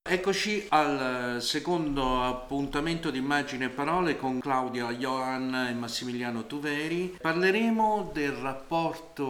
Eccoci al secondo appuntamento di Immagini e Parole con Claudia Johan e Massimiliano Tuveri. Parleremo del rapporto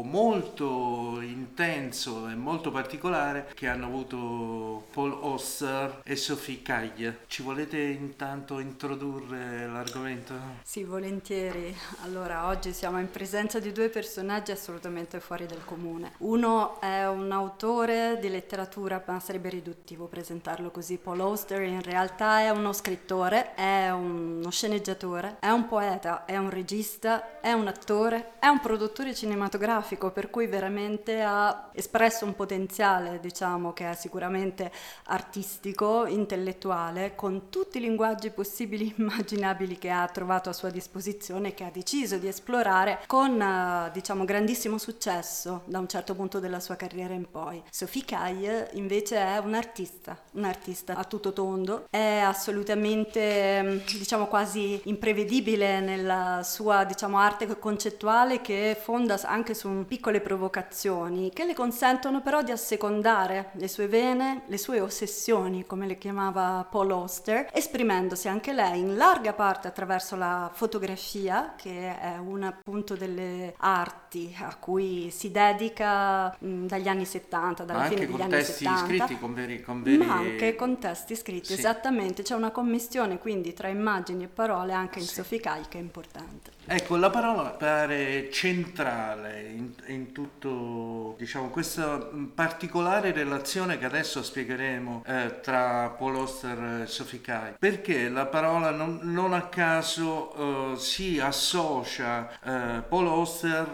molto intenso e molto particolare che hanno avuto Paul Auster e Sophie Caille. Ci volete intanto introdurre l'argomento? Sì, volentieri. Allora, oggi siamo in presenza di due personaggi assolutamente fuori dal comune. Uno è un autore di letteratura, ma sarebbe riduttivo presentarlo così. Paul Auster in realtà è uno scrittore, è uno sceneggiatore, è un poeta, è un regista, è un attore, è un produttore cinematografico, per cui veramente ha espresso un potenziale, diciamo, che è sicuramente artistico, intellettuale, con tutti i linguaggi possibili e immaginabili che ha trovato a sua disposizione e che ha deciso di esplorare con, diciamo, grandissimo successo da un certo punto della sua carriera in poi. Sophie Caille invece è un artista a tutto tondo, è assolutamente, diciamo, quasi imprevedibile nella sua, diciamo, arte concettuale, che fonda anche su piccole provocazioni che le consentono però di assecondare le sue vene, le sue ossessioni, come le chiamava Paul Auster, esprimendosi anche lei in larga parte attraverso la fotografia, che è una appunto delle arti a cui si dedica dagli anni 70, Ma dalla fine anche degli con anni testi 70, scritti, con ma anche veri... con testi scritti, Sì, esattamente, c'è una commistione quindi tra immagini e parole anche in sì. Sophie Caille che è importante. Ecco, la parola pare centrale in tutto, diciamo, questa particolare relazione che adesso spiegheremo tra Paul Auster e Sophie Caille, perché la parola non a caso si associa Paul Auster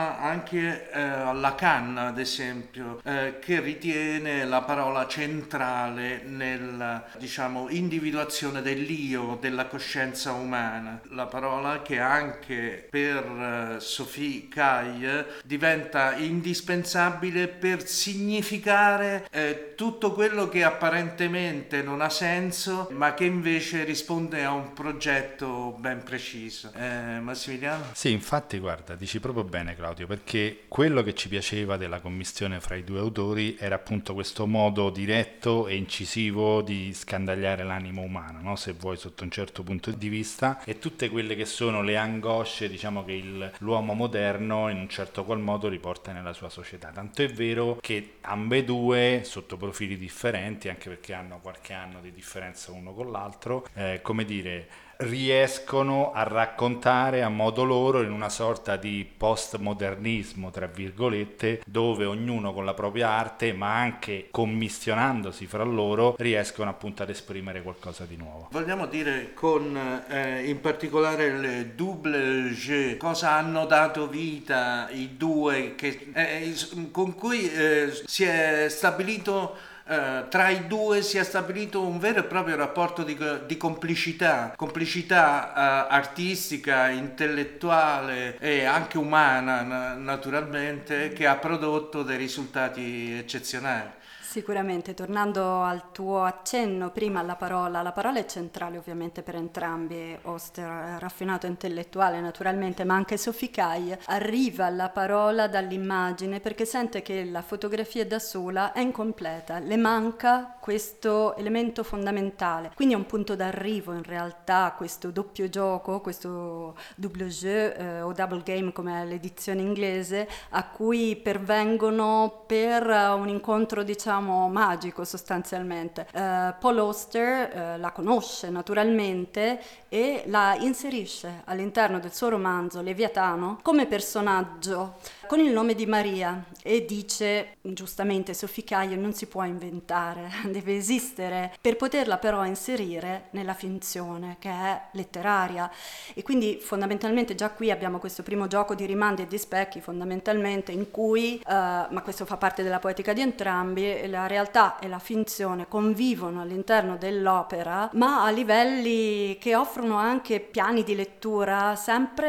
anche a Lacan, ad esempio, che ritiene la parola centrale nella, diciamo, individuazione dell'io, della coscienza umana. La parola che anche per Sophie Caille diventa indispensabile per significare tutto quello che apparentemente non ha senso, ma che invece risponde a un progetto ben preciso. Massimiliano? Sì, infatti, guarda, dici proprio bene, Claudio, perché quello che ci piaceva della commistione fra i due autori era appunto questo modo diretto e incisivo di scandagliare l'animo umano, no? Se vuoi, sotto un certo punto di vista, e tutte quelle che sono le angosce, diciamo, che l'uomo moderno in un certo qual modo riporta nella sua società. Tanto è vero che ambedue, sotto profili differenti, anche perché hanno qualche anno di differenza uno con l'altro, come dire, riescono a raccontare a modo loro in una sorta di postmodernismo, tra virgolette, dove ognuno con la propria arte, ma anche commissionandosi fra loro, riescono appunto ad esprimere qualcosa di nuovo. Vogliamo dire con in particolare le double jeu, cosa hanno dato vita i due con cui si è stabilito tra i due si è stabilito un vero e proprio rapporto di complicità artistica, intellettuale e anche umana, naturalmente, che ha prodotto dei risultati eccezionali. Sicuramente, tornando al tuo accenno prima la parola è centrale ovviamente per entrambi, Oster è raffinato intellettuale naturalmente, ma anche Sophie Caille arriva alla parola dall'immagine perché sente che la fotografia da sola è incompleta, le manca questo elemento fondamentale, quindi è un punto d'arrivo in realtà questo doppio gioco, questo double jeu o double game come è l'edizione inglese, a cui pervengono per un incontro diciamo magico sostanzialmente. Paul Auster la conosce naturalmente e la inserisce all'interno del suo romanzo Leviatano come personaggio con il nome di Maria e dice giustamente Sophie Caille non si può inventare, deve esistere per poterla però inserire nella finzione che è letteraria e quindi fondamentalmente già qui abbiamo questo primo gioco di rimandi e di specchi fondamentalmente in cui, ma questo fa parte della poetica di entrambi, la realtà e la finzione convivono all'interno dell'opera ma a livelli che offrono anche piani di lettura sempre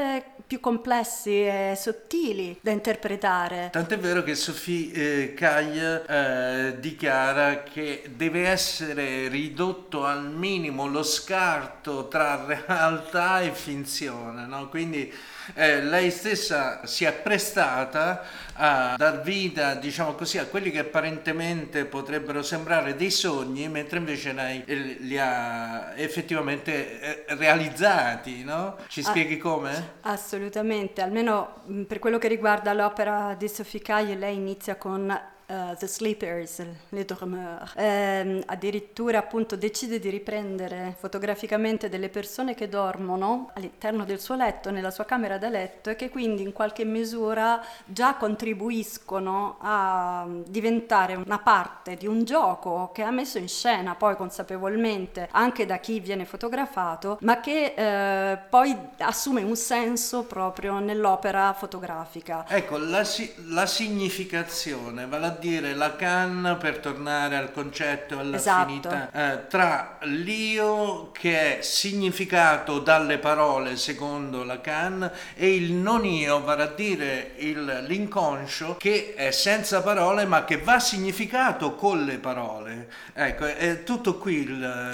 più complessi e sottili da interpretare. Tant'è vero che Sophie Caille dichiara che deve essere ridotto al minimo lo scarto tra realtà e finzione, no? Quindi lei stessa si è prestata a dar vita, diciamo così, a quelli che apparentemente potrebbero sembrare dei sogni, mentre invece lei li ha effettivamente realizzati, no? Ci spieghi come? Assolutamente, almeno per quello che riguarda l'opera di Sophie Caille, lei inizia con The Sleepers, Les Dormeurs. Addirittura appunto decide di riprendere fotograficamente delle persone che dormono all'interno del suo letto, nella sua camera da letto, e che quindi in qualche misura già contribuiscono a diventare una parte di un gioco che ha messo in scena poi consapevolmente anche da chi viene fotografato, ma che poi assume un senso proprio nell'opera fotografica. Ecco, la significazione, vale a dire Lacan, per tornare al concetto e all'affinità, tra l'io che è significato dalle parole secondo Lacan e il non io, vale a dire l'inconscio che è senza parole ma che va significato con le parole. Ecco, è tutto qui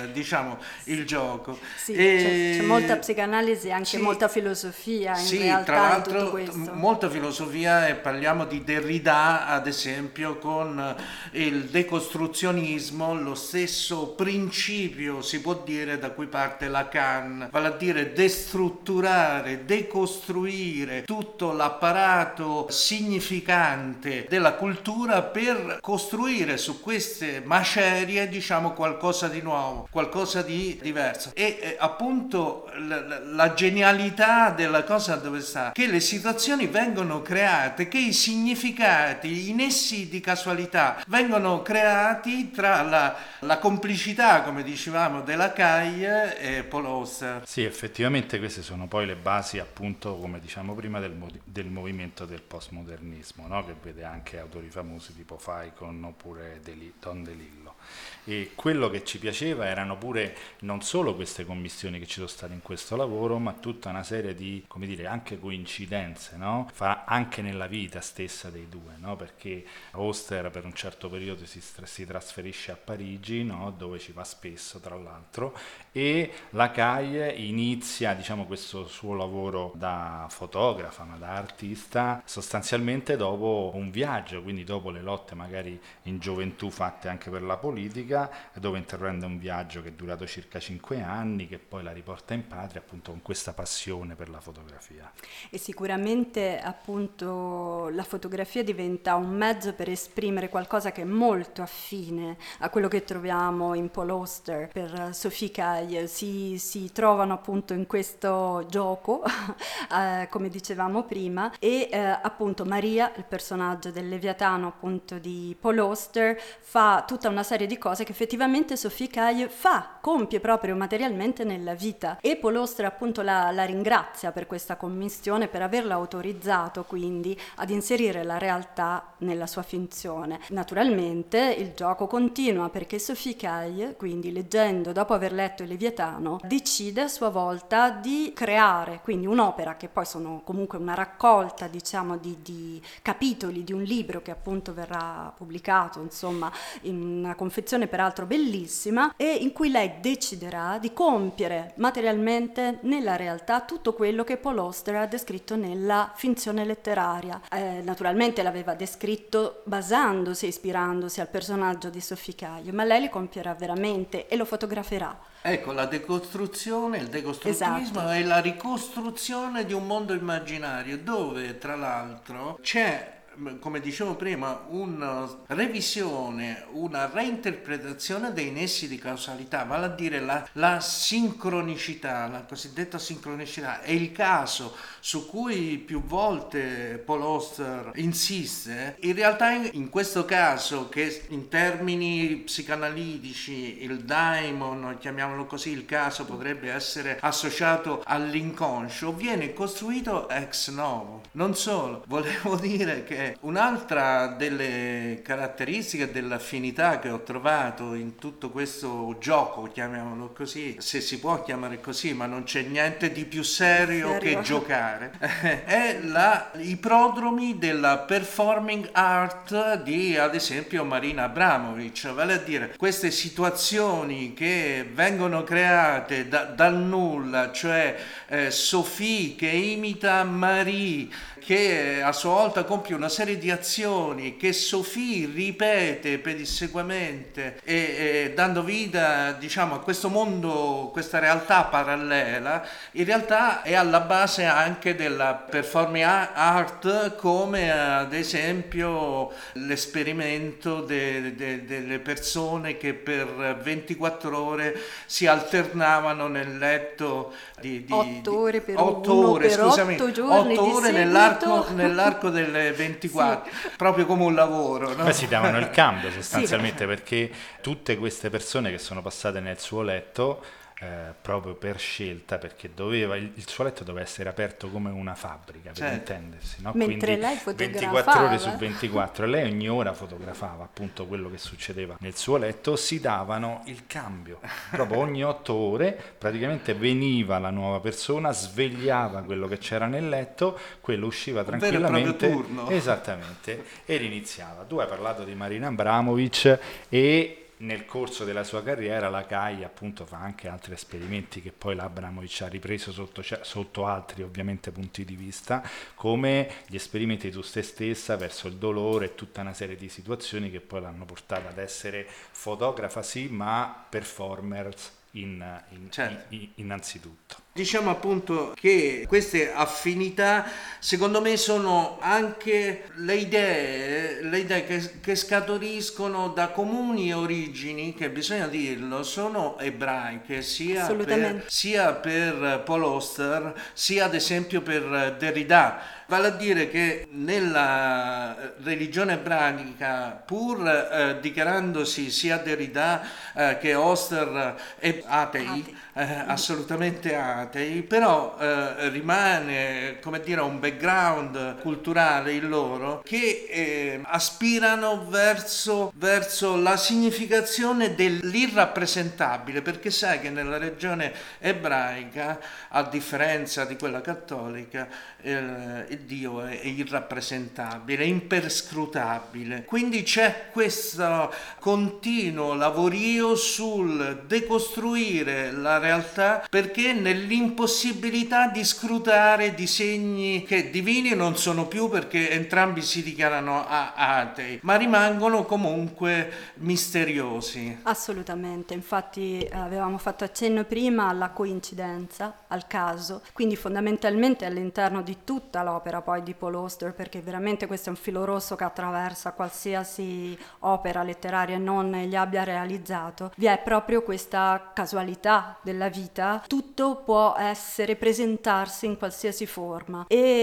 il gioco. Sì, c'è molta psicanalisi e anche molta filosofia in realtà tra l'altro, in tutto questo. Molta filosofia, e parliamo di Derrida ad esempio, con il decostruzionismo, lo stesso principio si può dire da cui parte Lacan, vale a dire destrutturare, decostruire tutto l'apparato significante della cultura per costruire su queste macerie, diciamo, qualcosa di nuovo, qualcosa di diverso. E appunto la genialità della cosa dove sta? Che le situazioni vengono create, che i significati, i nessi di casualità vengono creati tra la complicità, come dicevamo, della Caille e Paul Auster. Sì, effettivamente queste sono poi le basi, appunto, come diciamo prima, del movimento del postmodernismo, no? Che vede anche autori famosi tipo Faikon oppure Don DeLillo. E quello che ci piaceva erano pure non solo queste commissioni che ci sono state in questo lavoro, ma tutta una serie di, come dire, anche coincidenze, no? Anche nella vita stessa dei due, no? Perché Auster per un certo periodo si trasferisce a Parigi, no? Dove ci va spesso tra l'altro, e la Caille inizia, diciamo, questo suo lavoro da fotografa, ma da artista, sostanzialmente dopo un viaggio, quindi dopo le lotte magari in gioventù fatte anche per la politica, dove intraprende un viaggio che è durato circa 5 anni, che poi la riporta in patria appunto con questa passione per la fotografia. E sicuramente appunto la fotografia diventa un mezzo per esprimere qualcosa che è molto affine a quello che troviamo in Paul Auster. Per Sophie Caille si trovano appunto in questo gioco, come dicevamo prima, e appunto Maria, il personaggio del Leviatano appunto di Paul Auster, fa tutta una serie di cose che effettivamente Sophie Caille compie proprio materialmente nella vita, e Paul Auster appunto la ringrazia per questa commissione, per averla autorizzato quindi ad inserire la realtà nella sua finzione. Naturalmente il gioco continua, perché Sophie Caille, quindi leggendo, dopo aver letto il Leviatano, decide a sua volta di creare quindi un'opera che poi sono comunque una raccolta, diciamo, di capitoli di un libro che appunto verrà pubblicato, insomma, in una confezione peraltro bellissima, e in cui lei deciderà di compiere materialmente nella realtà tutto quello che Paul Auster ha descritto nella finzione letteraria. Naturalmente l'aveva descritto basandosi, ispirandosi al personaggio di Sophie Caille, ma lei li compierà veramente e lo fotograferà. Ecco, la decostruzione, il decostruttivismo, esatto, è la ricostruzione di un mondo immaginario dove tra l'altro c'è, come dicevo prima, una revisione, una reinterpretazione dei nessi di causalità, vale a dire la sincronicità, la cosiddetta sincronicità. È il caso su cui più volte Paul Auster insiste. In realtà in questo caso, che in termini psicanalitici il daimon, chiamiamolo così, il caso potrebbe essere associato all'inconscio, viene costruito ex novo. Non solo, volevo dire che un'altra delle caratteristiche dell'affinità che ho trovato in tutto questo gioco, chiamiamolo così, se si può chiamare così, ma non c'è niente di più serio che giocare, è i prodromi della performing art di, ad esempio, Marina Abramovic, vale a dire queste situazioni che vengono create dal nulla, cioè Sophie che imita Marie, che a sua volta compie una serie di azioni che Sophie ripete pedissequamente e dando vita, diciamo, a questo mondo, questa realtà parallela, in realtà è alla base anche della performing art, come ad esempio l'esperimento delle persone che per 24 ore si alternavano nel letto di 8 ore per 8 ore, per scusami, 8 giorni 8 ore di nell'arco delle 24, sì. Proprio come un lavoro, no? Poi si davano il cambio sostanzialmente, sì. Perché tutte queste persone che sono passate nel suo letto, proprio per scelta, perché il suo letto doveva essere aperto come una fabbrica, per intendersi, no? Mentre quindi lei fotografava 24 ore su 24, e lei ogni ora fotografava appunto quello che succedeva nel suo letto, si davano il cambio, proprio ogni 8 ore praticamente veniva la nuova persona, svegliava quello che c'era nel letto, quello usciva tranquillamente, turno. Esattamente, e riniziava. Tu hai parlato di Marina Abramovic, e nel corso della sua carriera la CAI appunto fa anche altri esperimenti che poi l'Abramovic ha ripreso sotto altri ovviamente punti di vista, come gli esperimenti su se stessa verso il dolore e tutta una serie di situazioni che poi l'hanno portata ad essere fotografa sì, ma performers innanzitutto. Diciamo appunto che queste affinità secondo me sono anche le idee che scaturiscono da comuni origini che, bisogna dirlo, sono ebraiche, sia per Paul Auster sia ad esempio per Derrida. Vale a dire che nella religione ebraica, pur dichiarandosi sia Derrida che Auster atei, assolutamente atei, però rimane, come dire, un background culturale in loro che aspirano verso la significazione dell'irrappresentabile, perché sai che nella religione ebraica, a differenza di quella cattolica, il Dio è irrappresentabile, è imperscrutabile, quindi c'è questo continuo lavorio sul decostruire la realtà, perché nell'impossibilità di scrutare disegni che divini non sono più, perché entrambi si dichiarano atei, ma rimangono comunque misteriosi. Assolutamente, infatti avevamo fatto accenno prima alla coincidenza, al caso, quindi fondamentalmente all'interno di tutta l'opera poi di Paul Auster, perché veramente questo è un filo rosso che attraversa qualsiasi opera letteraria non gli abbia realizzato, vi è proprio questa casualità della vita, tutto può presentarsi in qualsiasi forma,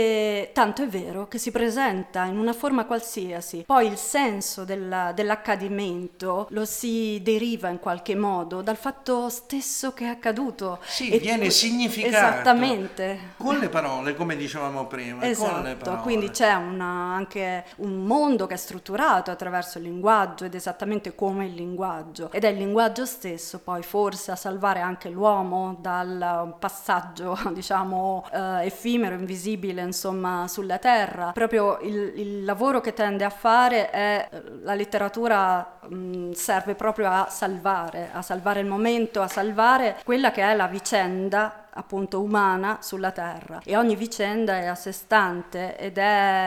e tanto è vero che si presenta in una forma qualsiasi, poi il senso dell'accadimento lo si deriva in qualche modo dal fatto stesso che è accaduto. Sì, viene significato. Esattamente. Con le parole, come dicevamo prima. Esatto, quindi c'è anche un mondo che è strutturato attraverso il linguaggio, ed esattamente come il linguaggio, ed è il linguaggio stesso poi forse a salvare anche l'uomo dal passaggio, diciamo, effimero, invisibile, insomma, sulla terra. Proprio il lavoro che tende a fare è la letteratura, serve proprio a salvare il momento, a salvare quella che è la vicenda appunto umana sulla terra, e ogni vicenda è a sé stante ed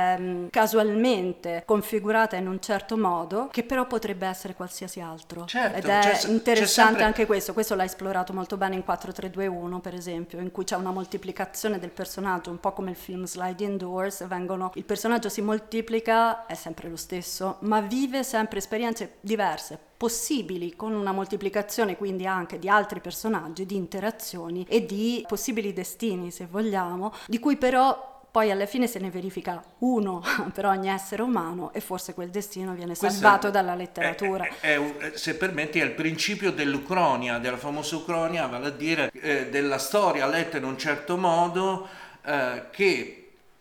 è casualmente configurata in un certo modo, che però potrebbe essere qualsiasi altro. Certo, ed è interessante sempre... anche questo l'ha esplorato molto bene in 4-3-2-1 per esempio, in cui c'è una moltiplicazione del personaggio, un po' come il film Sliding Doors, il personaggio si moltiplica, è sempre lo stesso, ma vive sempre esperienze diverse, possibili, con una moltiplicazione quindi anche di altri personaggi, di interazioni e di possibili destini, se vogliamo, di cui però poi alla fine se ne verifica uno per ogni essere umano, e forse quel destino viene salvato dalla letteratura. Se permetti, è il principio dell'ucronia, della famosa ucronia, vale a dire della storia letta in un certo modo, che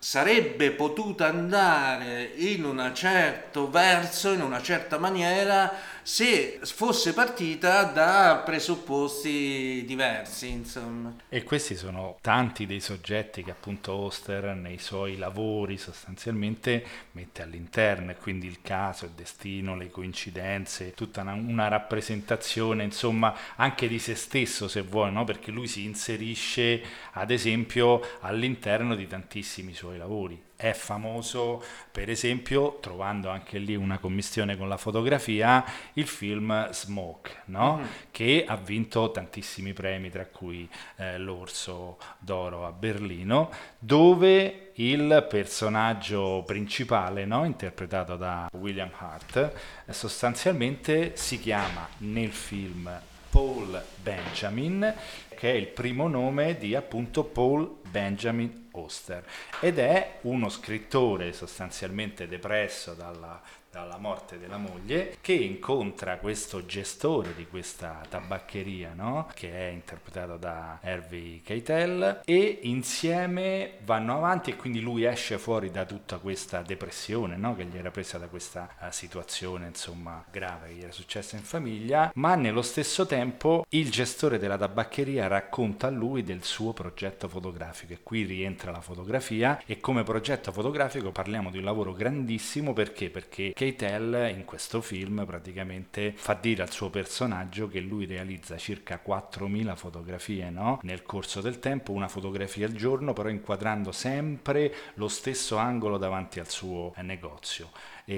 sarebbe potuta andare in un certo verso, in una certa maniera, se fosse partita da presupposti diversi, insomma. E questi sono tanti dei soggetti che appunto Oster nei suoi lavori sostanzialmente mette all'interno, e quindi il caso, il destino, le coincidenze, tutta una rappresentazione, insomma, anche di se stesso, se vuoi, no? Perché lui si inserisce ad esempio all'interno di tantissimi suoi lavori. È famoso, per esempio, trovando anche lì una commistione con la fotografia, il film Smoke, no? Che ha vinto tantissimi premi, tra cui l'Orso d'Oro a Berlino, dove il personaggio principale, no? Interpretato da William Hurt, sostanzialmente si chiama nel film Paul Benjamin, che è il primo nome di appunto Paul Benjamin Oster, ed è uno scrittore sostanzialmente depresso dalla morte della moglie, che incontra questo gestore di questa tabaccheria, no? Che è interpretato da Harvey Keitel, e insieme vanno avanti, e quindi lui esce fuori da tutta questa depressione, no? Che gli era presa da questa situazione, insomma, grave che gli era successa in famiglia, ma nello stesso tempo il gestore della tabaccheria racconta a lui del suo progetto fotografico, e qui rientra la fotografia. E come progetto fotografico parliamo di un lavoro grandissimo, perché Keitel in questo film praticamente fa dire al suo personaggio che lui realizza circa 4.000 fotografie, no? Nel corso del tempo, una fotografia al giorno, però inquadrando sempre lo stesso angolo davanti al suo negozio.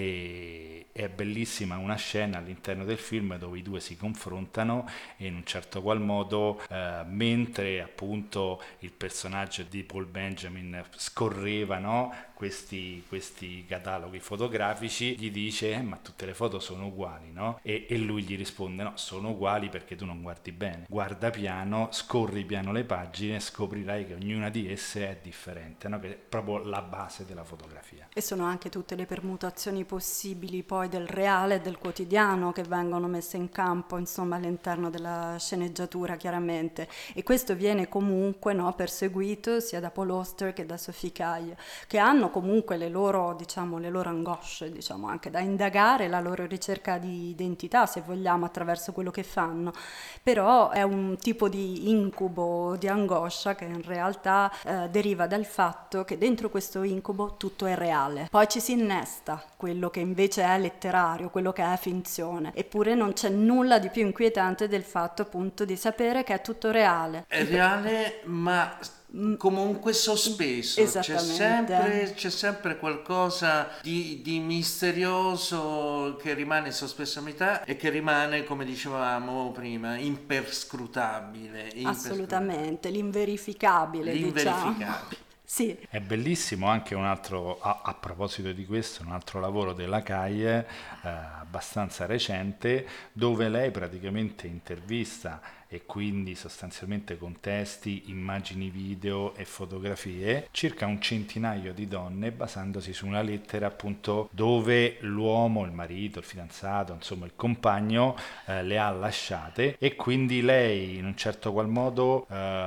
E è bellissima una scena all'interno del film dove i due si confrontano, e in un certo qual modo mentre appunto il personaggio di Paul Benjamin scorreva, no, questi cataloghi fotografici, gli dice ma tutte le foto sono uguali, no? E lui gli risponde no, sono uguali perché tu non guardi bene, guarda piano, scorri piano le pagine, scoprirai che ognuna di esse è differente, no? Che è proprio la base della fotografia. E sono anche tutte le permutazioni possibili poi del reale e del quotidiano che vengono messe in campo, insomma, all'interno della sceneggiatura, chiaramente. E questo viene comunque, no, perseguito sia da Paul Auster che da Sophie Caille, che hanno comunque le loro, diciamo, le loro angosce, diciamo, anche da indagare, la loro ricerca di identità, se vogliamo, attraverso quello che fanno. Però è un tipo di incubo, di angoscia che in realtà deriva dal fatto che dentro questo incubo tutto è reale. Poi ci si innesta quello che invece è letterario, quello che è finzione. Eppure non c'è nulla di più inquietante del fatto appunto di sapere che è tutto reale. È reale, ma comunque sospeso. C'è sempre qualcosa di misterioso che rimane sospeso a metà e che rimane, come dicevamo prima, imperscrutabile. Assolutamente, l'inverificabile. Diciamo. Sì. È bellissimo anche un altro, a proposito di questo, un altro lavoro della Caille abbastanza recente, dove lei praticamente intervista, e quindi sostanzialmente con testi, immagini video e fotografie, circa un centinaio di donne, basandosi su una lettera appunto dove l'uomo, il marito, il fidanzato, insomma il compagno le ha lasciate, e quindi lei in un certo qual modo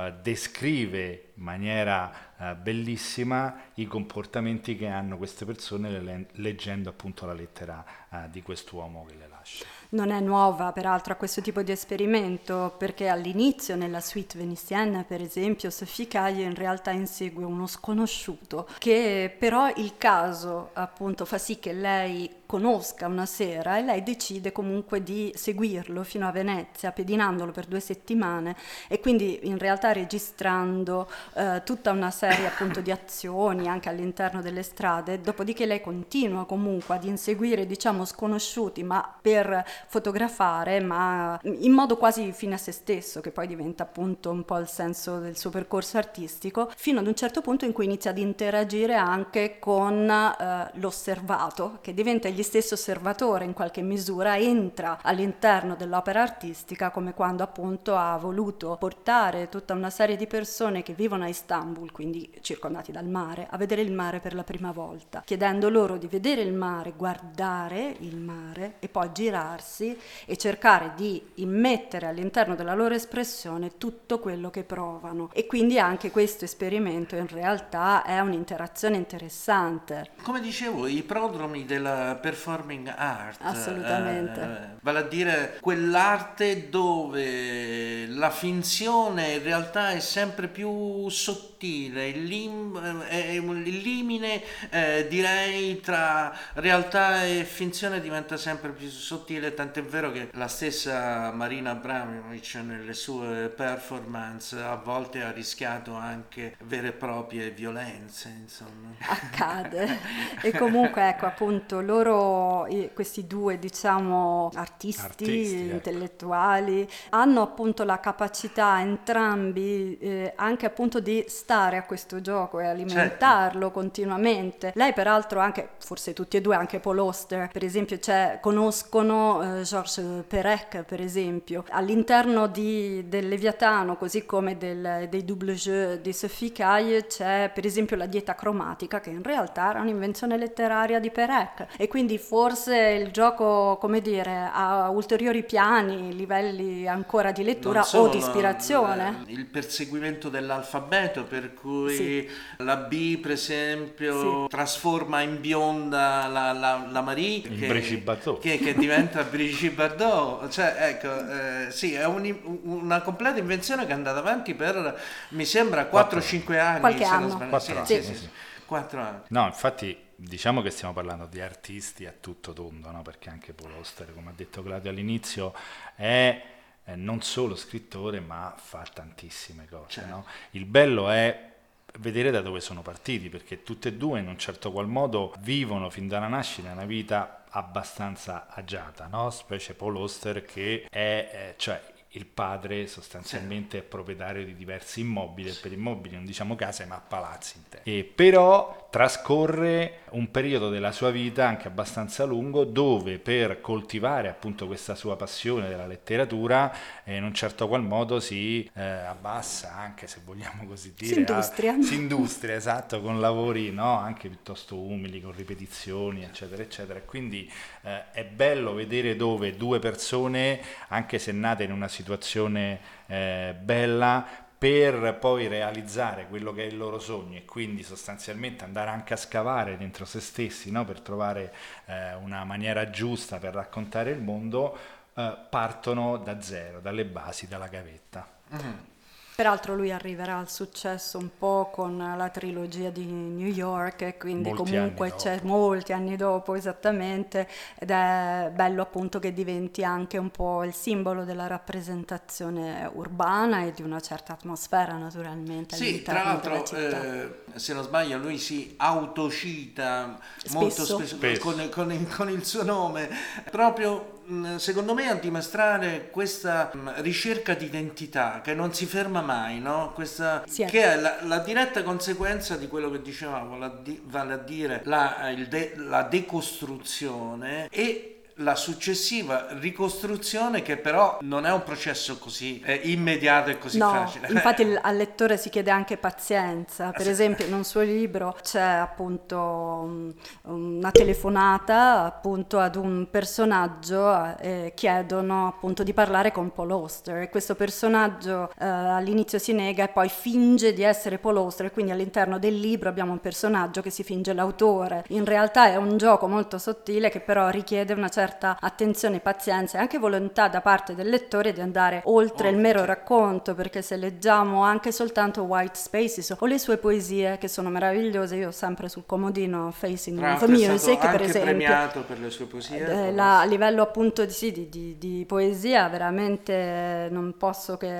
descrive in maniera bellissima i comportamenti che hanno queste persone leggendo appunto la lettera di quest'uomo che le lascia. Non è nuova peraltro a questo tipo di esperimento, perché all'inizio nella suite vénitienne, per esempio, Sophie Caille in realtà insegue uno sconosciuto, che però il caso appunto fa sì che lei conosca una sera, e lei decide comunque di seguirlo fino a Venezia, pedinandolo per 2 settimane, e quindi in realtà registrando tutta una serie appunto di azioni anche all'interno delle strade. Dopodiché lei continua comunque ad inseguire, diciamo, sconosciuti, ma per fotografare, ma in modo quasi fine a se stesso, che poi diventa appunto un po' il senso del suo percorso artistico, fino ad un certo punto in cui inizia ad interagire anche con l'osservato, che diventa gli egli stesso osservatore in qualche misura entra all'interno dell'opera artistica, come quando appunto ha voluto portare tutta una serie di persone che vivono a Istanbul, quindi circondati dal mare, a vedere il mare per la prima volta, chiedendo loro di vedere il mare, guardare il mare e poi girarsi e cercare di immettere all'interno della loro espressione tutto quello che provano. E quindi anche questo esperimento in realtà è un'interazione interessante. Come dicevo, i prodromi della performing art. Assolutamente. Vale a dire quell'arte dove la finzione in realtà è sempre più sottile, il limite direi tra realtà e finzione diventa sempre più sottile, tant'è vero che la stessa Marina Abramovic nelle sue performance a volte ha rischiato anche vere e proprie violenze, insomma. Accade. E comunque ecco appunto loro, questi due diciamo artisti intellettuali, hanno appunto la capacità entrambi anche appunto di stare a questo gioco e alimentarlo continuamente. Lei peraltro anche, forse tutti e due, anche Paul Auster per esempio, conoscono Georges Perec per esempio, all'interno del Leviatano così come dei double jeux di Sophie Caille c'è per esempio la dieta cromatica, che in realtà era un'invenzione letteraria di Perec, e quindi forse il gioco, come dire, ha ulteriori piani, livelli ancora di lettura o di ispirazione. Il perseguimento dell'alfabeto, per cui la B per esempio trasforma in bionda la Marie che diventa Brigitte Bardot, cioè ecco sì, è una completa invenzione che è andata avanti per mi sembra 4-5 anni, qualche anno. 4 anni. No, infatti diciamo che stiamo parlando di artisti a tutto tondo, no? Perché anche Paul Auster, come ha detto Claudio all'inizio, è non solo scrittore ma fa tantissime cose, no? Il bello è vedere da dove sono partiti, perché tutte e due in un certo qual modo vivono fin dalla nascita una vita abbastanza agiata, no? Specie Paul Auster che è cioè il padre sostanzialmente è proprietario di diversi immobili, e per immobili non diciamo case ma palazzi interi. E però trascorre un periodo della sua vita anche abbastanza lungo dove per coltivare appunto questa sua passione della letteratura in un certo qual modo si abbassa anche, se vogliamo così dire, si industria, esatto, con lavori no, anche piuttosto umili, con ripetizioni eccetera eccetera. Quindi è bello vedere dove due persone, anche se nate in una situazione bella, per poi realizzare quello che è il loro sogno e quindi sostanzialmente andare anche a scavare dentro se stessi, no? Per trovare una maniera giusta per raccontare il mondo, partono da zero, dalle basi, dalla gavetta. Peraltro lui arriverà al successo un po' con la trilogia di New York, e quindi comunque c'è molti anni dopo esattamente, ed è bello appunto che diventi anche un po' il simbolo della rappresentazione urbana e di una certa atmosfera naturalmente all'interno della città. Se non sbaglio lui si autocita molto spesso. Con il suo nome, proprio secondo me a dimostrare questa ricerca di identità che non si ferma mai, no? Questa che è la diretta conseguenza di quello che dicevamo, vale a dire la decostruzione e la successiva ricostruzione, che però non è un processo così immediato e così facile. Infatti al lettore si chiede anche pazienza. Per esempio in un suo libro c'è appunto una telefonata appunto ad un personaggio, chiedono appunto di parlare con Paul Auster, e questo personaggio all'inizio si nega e poi finge di essere Paul Auster, e quindi all'interno del libro abbiamo un personaggio che si finge l'autore. In realtà è un gioco molto sottile che però richiede una certa attenzione, pazienza e anche volontà da parte del lettore di andare oltre il mero racconto, perché se leggiamo anche soltanto White Spaces o le sue poesie, che sono meravigliose, io ho sempre sul comodino Facing the Music per esempio, premiato per le sue poesie, a livello appunto di poesia veramente non posso che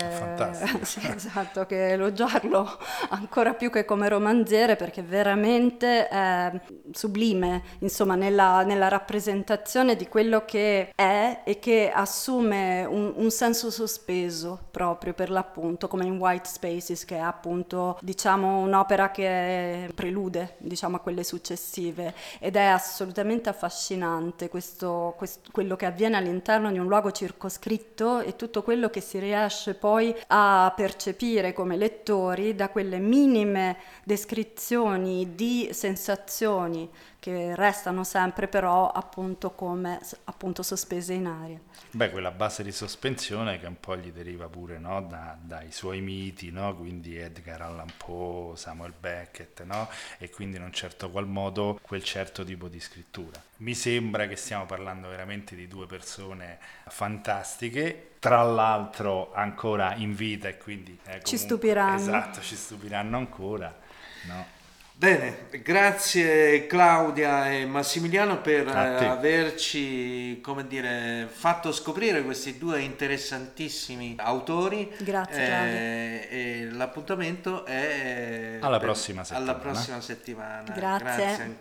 esatto, che elogiarlo ancora più che come romanziere, perché veramente è sublime insomma nella rappresentazione di quello quello che è e che assume un senso sospeso proprio per l'appunto, come in White Spaces, che è appunto diciamo un'opera che prelude diciamo a quelle successive, ed è assolutamente affascinante quello che avviene all'interno di un luogo circoscritto e tutto quello che si riesce poi a percepire come lettori da quelle minime descrizioni di sensazioni che restano sempre però appunto come appunto sospese in aria. Beh, quella base di sospensione che un po' gli deriva pure, no, dai suoi miti, no? Quindi Edgar Allan Poe, Samuel Beckett, no? E quindi in un certo qual modo quel certo tipo di scrittura. Mi sembra che stiamo parlando veramente di due persone fantastiche, tra l'altro ancora in vita e quindi Ci comunque, stupiranno. esatto, ci stupiranno ancora, no? Bene, grazie Claudia e Massimiliano per A te. averci, come dire, fatto scoprire questi due interessantissimi autori. Grazie, Claudia. E l'appuntamento è Alla prossima settimana. alla prossima settimana. Grazie. Grazie.